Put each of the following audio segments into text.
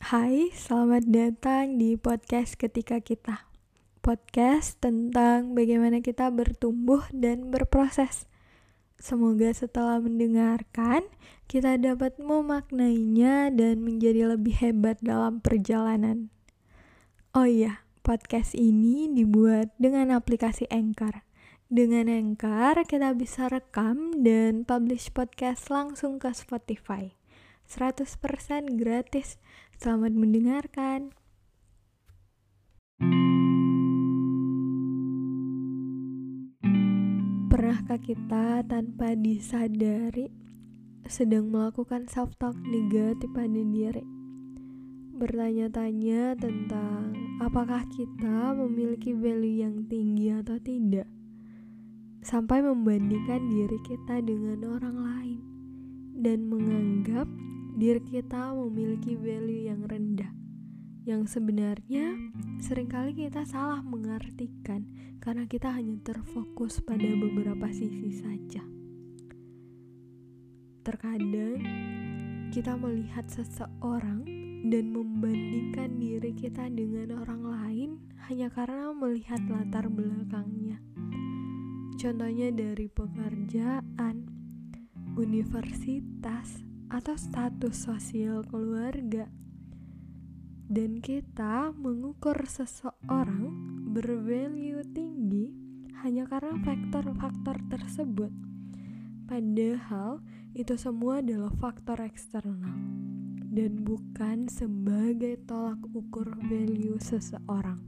Hai, selamat datang di podcast Ketika Kita. Podcast tentang bagaimana kita bertumbuh dan berproses. Semoga setelah mendengarkan, kita dapat memaknainya dan menjadi lebih hebat dalam perjalanan. Oh iya, podcast ini dibuat dengan aplikasi Anchor. Dengan Anchor, kita bisa rekam dan publish podcast langsung ke Spotify. 100% gratis. Selamat mendengarkan. Pernahkah kita tanpa disadari sedang melakukan self-talk negatif pada diri? Bertanya-tanya tentang apakah kita memiliki value yang tinggi atau tidak, sampai membandingkan diri kita dengan orang lain dan menganggap diri kita memiliki value yang rendah, yang sebenarnya seringkali kita salah mengartikan karena kita hanya terfokus pada beberapa sisi saja. Terkadang kita melihat seseorang dan membandingkan diri kita dengan orang lain hanya karena melihat latar belakangnya. Contohnya dari pekerjaan, universitas, atau status sosial keluarga. Dan kita mengukur seseorang bervalue tinggi hanya karena faktor-faktor tersebut. Padahal itu semua adalah faktor eksternal dan bukan sebagai tolak ukur value seseorang.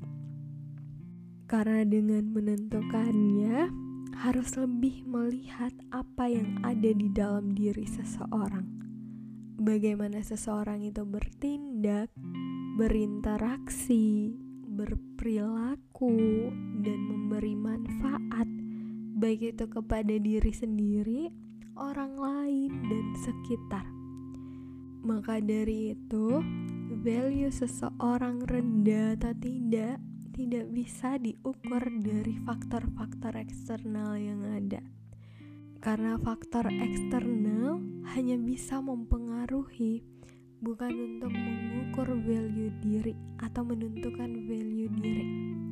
Karena dengan menentukannya harus lebih melihat apa yang ada di dalam diri seseorang. Bagaimana seseorang itu bertindak, berinteraksi, berperilaku, dan memberi manfaat, baik itu kepada diri sendiri, orang lain, dan sekitar. Maka dari itu, value seseorang rendah atau tidak bisa diukur dari faktor-faktor eksternal yang ada. Karena faktor eksternal hanya bisa mempengaruhi, bukan untuk mengukur value diri atau menentukan value diri.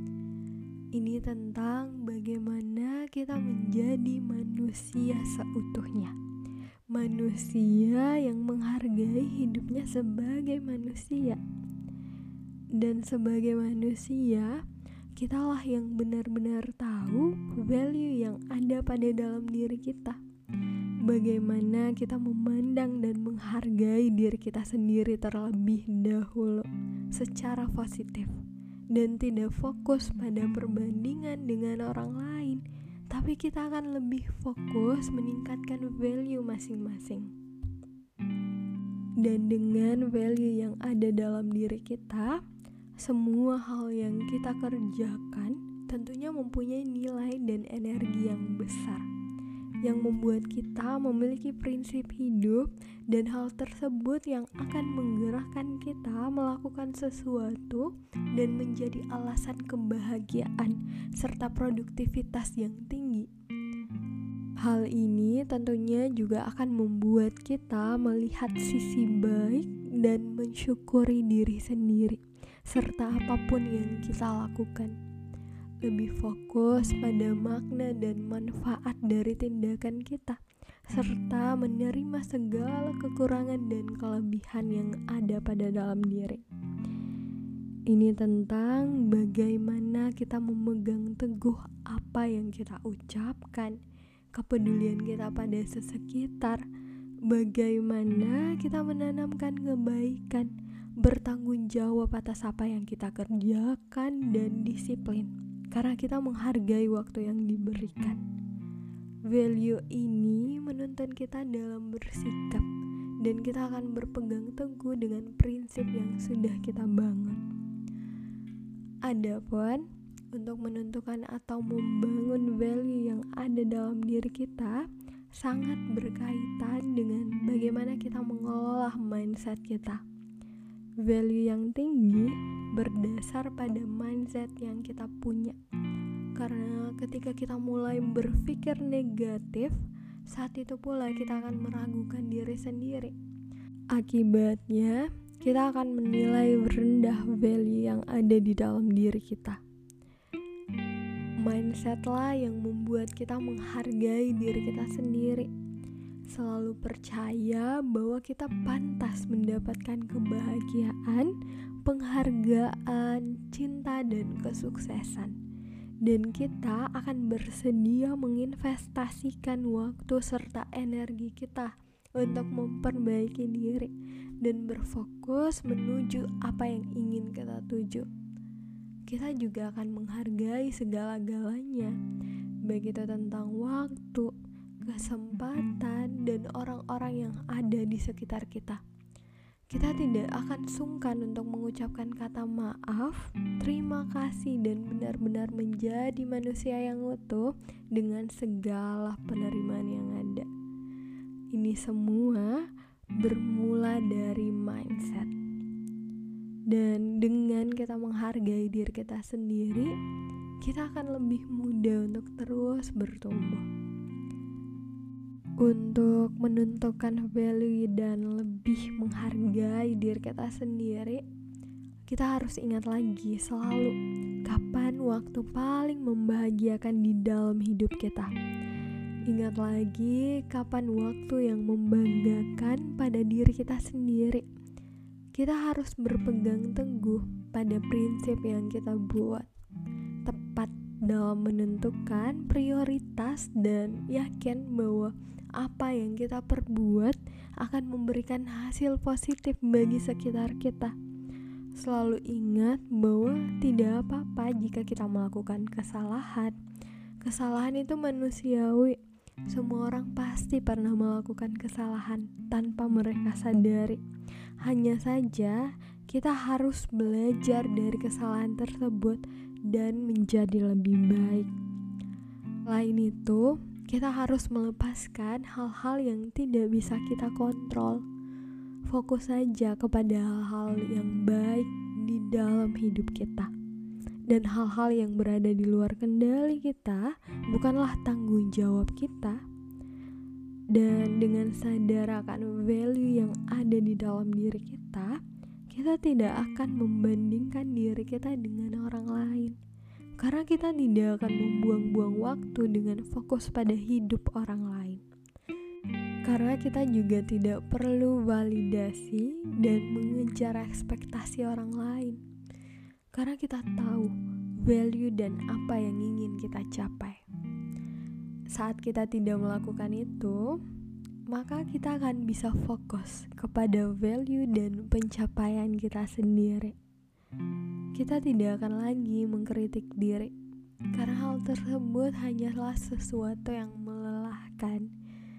Ini tentang bagaimana kita menjadi manusia seutuhnya. Manusia yang menghargai hidupnya sebagai manusia. Dan sebagai manusia, kitalah yang benar-benar tahu value yang ada pada dalam diri kita. Bagaimana kita memandang dan menghargai diri kita sendiri terlebih dahulu secara positif. Dan tidak fokus pada perbandingan dengan orang lain, tapi kita akan lebih fokus meningkatkan value masing-masing. Dan dengan value yang ada dalam diri kita, semua hal yang kita kerjakan tentunya mempunyai nilai dan energi yang besar, yang membuat kita memiliki prinsip hidup dan hal tersebut yang akan menggerakkan kita melakukan sesuatu dan menjadi alasan kebahagiaan serta produktivitas yang tinggi. Hal ini tentunya juga akan membuat kita melihat sisi baik dan mensyukuri diri sendiri serta apapun yang kita lakukan. Lebih fokus pada makna dan manfaat dari tindakan kita, serta menerima segala kekurangan dan kelebihan yang ada pada dalam diri. Ini tentang bagaimana kita memegang teguh apa yang kita ucapkan, kepedulian kita pada sesekitar, bagaimana kita menanamkan kebaikan, bertanggung jawab atas apa yang kita kerjakan, dan disiplin karena kita menghargai waktu yang diberikan. Value ini menuntun kita dalam bersikap, dan kita akan berpegang teguh dengan prinsip yang sudah kita bangun. Adapun untuk menentukan atau membangun value yang ada dalam diri kita sangat berkaitan dengan bagaimana kita mengelola mindset kita. Value yang tinggi berdasar pada mindset yang kita punya. Karena ketika kita mulai berpikir negatif, saat itu pula kita akan meragukan diri sendiri. Akibatnya, kita akan menilai rendah value yang ada di dalam diri kita. Mindset lah yang membuat kita menghargai diri kita sendiri, selalu percaya bahwa kita pantas mendapatkan kebahagiaan, penghargaan, cinta, dan kesuksesan. Dan kita akan bersedia menginvestasikan waktu serta energi kita untuk memperbaiki diri dan berfokus menuju apa yang ingin kita tuju. Kita juga akan menghargai segala-galanya, baik itu tentang waktu, kesempatan, dan orang-orang yang ada di sekitar kita. Kita tidak akan sungkan untuk mengucapkan kata maaf, terima kasih, dan benar-benar menjadi manusia yang utuh dengan segala penerimaan yang ada. Ini semua bermula dari mindset. Dan dengan kita menghargai diri kita sendiri, kita akan lebih mudah untuk terus bertumbuh. Untuk menentukan value dan lebih menghargai diri kita sendiri, kita harus ingat lagi selalu kapan waktu paling membahagiakan di dalam hidup kita. Ingat lagi kapan waktu yang membanggakan pada diri kita sendiri. Kita harus berpegang teguh pada prinsip yang kita buat, tepat dalam menentukan prioritas, dan yakin bahwa apa yang kita perbuat akan memberikan hasil positif bagi sekitar kita. Selalu ingat bahwa tidak apa-apa jika kita melakukan kesalahan. Kesalahan itu manusiawi. Semua orang pasti pernah melakukan kesalahan tanpa mereka sadari. Hanya saja kita harus belajar dari kesalahan tersebut dan menjadi lebih baik. Selain itu, kita harus melepaskan hal-hal yang tidak bisa kita kontrol. Fokus saja kepada hal-hal yang baik di dalam hidup kita. Dan hal-hal yang berada di luar kendali kita bukanlah tanggung jawab kita. Dan dengan sadar akan value yang ada di dalam diri kita, kita tidak akan membandingkan diri kita dengan orang lain. Karena kita tidak akan membuang-buang waktu dengan fokus pada hidup orang lain. Karena kita juga tidak perlu validasi dan mengejar ekspektasi orang lain. Karena kita tahu value dan apa yang ingin kita capai. Saat kita tidak melakukan itu, maka kita akan bisa fokus kepada value dan pencapaian kita sendiri. Kita tidak akan lagi mengkritik diri, karena hal tersebut hanyalah sesuatu yang melelahkan.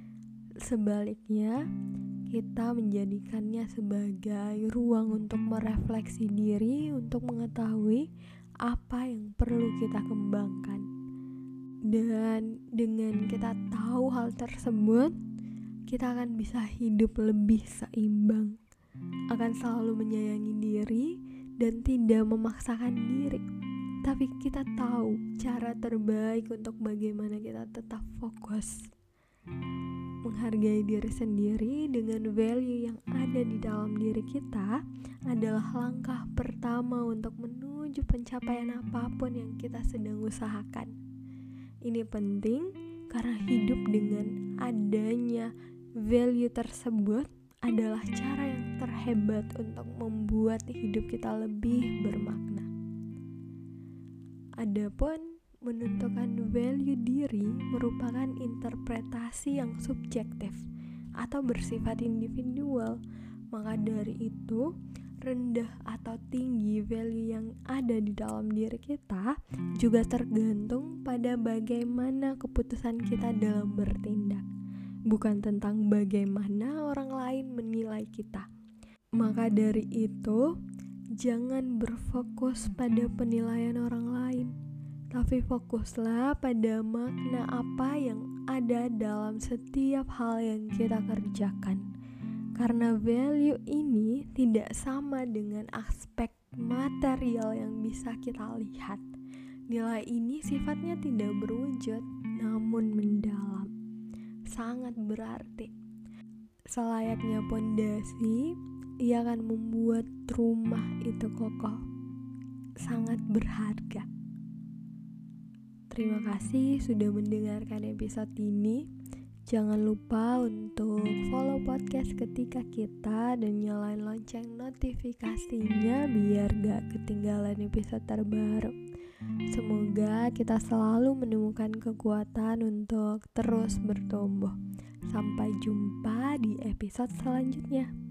Sebaliknya, kita menjadikannya sebagai ruang untuk merefleksi diri, untuk mengetahui apa yang perlu kita kembangkan. Dan dengan kita tahu hal tersebut, kita akan bisa hidup lebih seimbang, akan selalu menyayangi diri dan tidak memaksakan diri. Tapi kita tahu cara terbaik untuk bagaimana kita tetap fokus. Menghargai diri sendiri dengan value yang ada di dalam diri kita adalah langkah pertama untuk menuju pencapaian apapun yang kita sedang usahakan. Ini penting karena hidup dengan adanya value tersebut adalah cara yang terhebat untuk membuat hidup kita lebih bermakna. Adapun menentukan value diri merupakan interpretasi yang subjektif atau bersifat individual. Maka dari itu, rendah atau tinggi value yang ada di dalam diri kita juga tergantung pada bagaimana keputusan kita dalam bertindak, bukan tentang bagaimana orang lain menilai kita. Maka dari itu, jangan berfokus pada penilaian orang lain, tapi fokuslah pada makna apa yang ada dalam setiap hal yang kita kerjakan. Karena value ini tidak sama dengan aspek material yang bisa kita lihat. Nilai ini sifatnya tidak berwujud, namun mendalam. Sangat berarti. Selayaknya pondasi, ia akan membuat rumah itu kokoh, sangat berharga. Terima kasih sudah mendengarkan episode ini. Jangan lupa untuk follow podcast Ketika Kita dan nyalain lonceng notifikasinya biar gak ketinggalan episode terbaru. Semoga kita selalu menemukan kekuatan untuk terus bertumbuh. Sampai jumpa di episode selanjutnya.